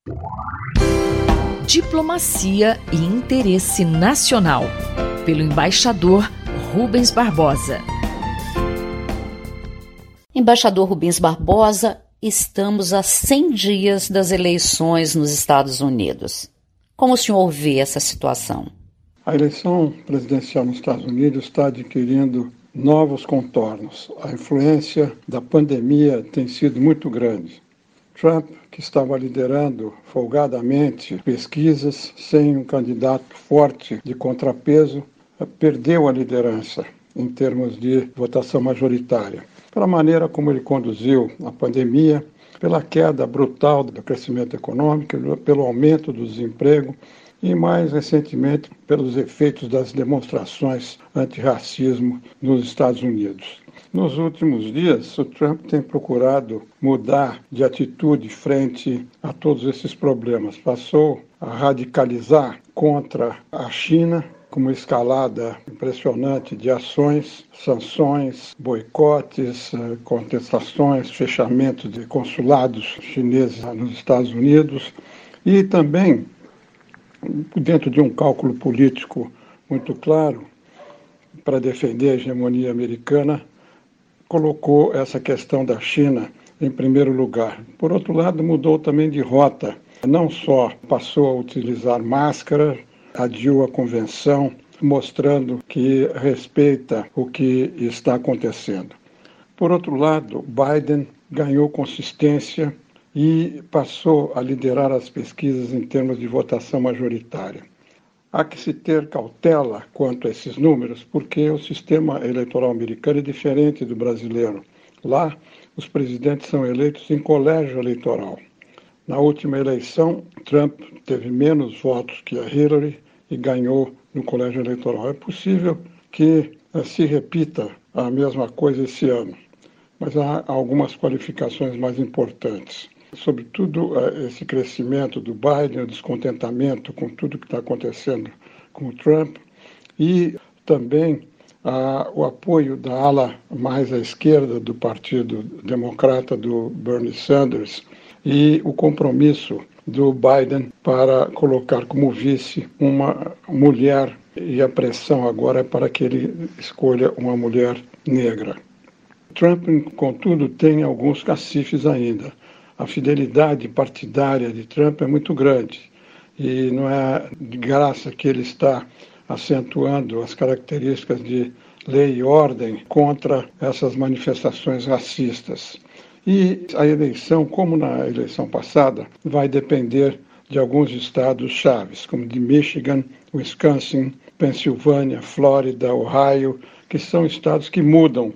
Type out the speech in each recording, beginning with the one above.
Diplomacia e Interesse Nacional, pelo embaixador Rubens Barbosa. Embaixador Rubens Barbosa, estamos a 100 dias das eleições nos Estados Unidos. Como o senhor vê essa situação? A eleição presidencial nos Estados Unidos está adquirindo novos contornos. A influência da pandemia tem sido muito grande. Trump, que estava liderando folgadamente pesquisas, sem um candidato forte de contrapeso, perdeu a liderança em termos de votação majoritária. Pela maneira como ele conduziu a pandemia, pela queda brutal do crescimento econômico, pelo aumento do desemprego e, mais recentemente, pelos efeitos das demonstrações antirracismo nos Estados Unidos. Nos últimos dias, o Trump tem procurado mudar de atitude frente a todos esses problemas. Passou a radicalizar contra a China, com uma escalada impressionante de ações, sanções, boicotes, contestações, fechamento de consulados chineses nos Estados Unidos e também, dentro de um cálculo político muito claro, para defender a hegemonia americana, colocou essa questão da China em primeiro lugar. Por outro lado, mudou também de rota. Não só passou a utilizar máscara, adiou a convenção, mostrando que respeita o que está acontecendo. Por outro lado, Biden ganhou consistência e passou a liderar as pesquisas em termos de votação majoritária. Há que se ter cautela quanto a esses números, porque o sistema eleitoral americano é diferente do brasileiro. Lá, os presidentes são eleitos em colégio eleitoral. Na última eleição, Trump teve menos votos que a Hillary e ganhou no colégio eleitoral. É possível que se repita a mesma coisa esse ano, mas há algumas qualificações mais importantes. Sobretudo, esse crescimento do Biden, o descontentamento com tudo que está acontecendo com o Trump e também o apoio da ala mais à esquerda do Partido Democrata, do Bernie Sanders, e o compromisso do Biden para colocar como vice uma mulher, e a pressão agora é para que ele escolha uma mulher negra. Trump, contudo, tem alguns cacifes ainda. A fidelidade partidária de Trump é muito grande e não é de graça que ele está acentuando as características de lei e ordem contra essas manifestações racistas. E a eleição, como na eleição passada, vai depender de alguns estados chaves, como de Michigan, Wisconsin, Pensilvânia, Flórida, Ohio, que são estados que mudam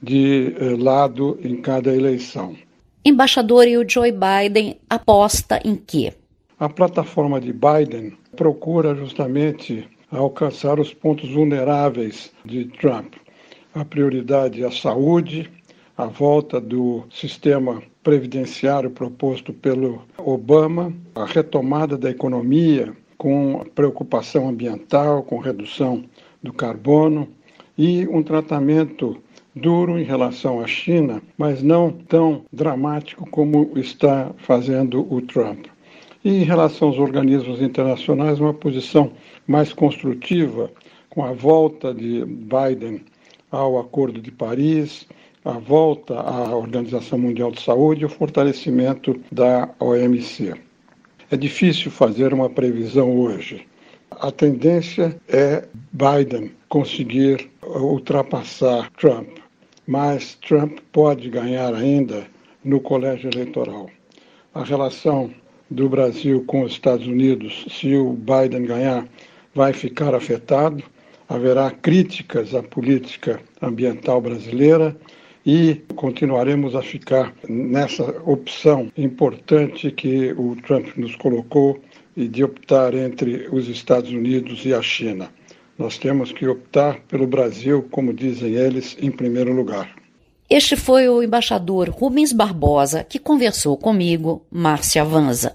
de lado em cada eleição. Embaixador, e o Joe Biden aposta em quê? A plataforma de Biden procura justamente alcançar os pontos vulneráveis de Trump. A prioridade é a saúde, a volta do sistema previdenciário proposto pelo Obama, a retomada da economia com preocupação ambiental, com redução do carbono e um tratamento duro em relação à China, mas não tão dramático como está fazendo o Trump. E em relação aos organismos internacionais, uma posição mais construtiva, com a volta de Biden ao Acordo de Paris, a volta à Organização Mundial de Saúde e o fortalecimento da OMC. É difícil fazer uma previsão hoje. A tendência é Biden conseguir ultrapassar Trump, mas Trump pode ganhar ainda no colégio eleitoral. A relação do Brasil com os Estados Unidos, se o Biden ganhar, vai ficar afetado. Haverá críticas à política ambiental brasileira e continuaremos a ficar nessa opção importante que o Trump nos colocou e de optar entre os Estados Unidos e a China. Nós temos que optar pelo Brasil, como dizem eles, em primeiro lugar. Este foi o embaixador Rubens Barbosa, que conversou comigo, Márcia Vanza.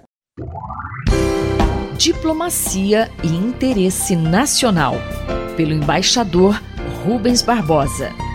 Diplomacia e Interesse Nacional, pelo embaixador Rubens Barbosa.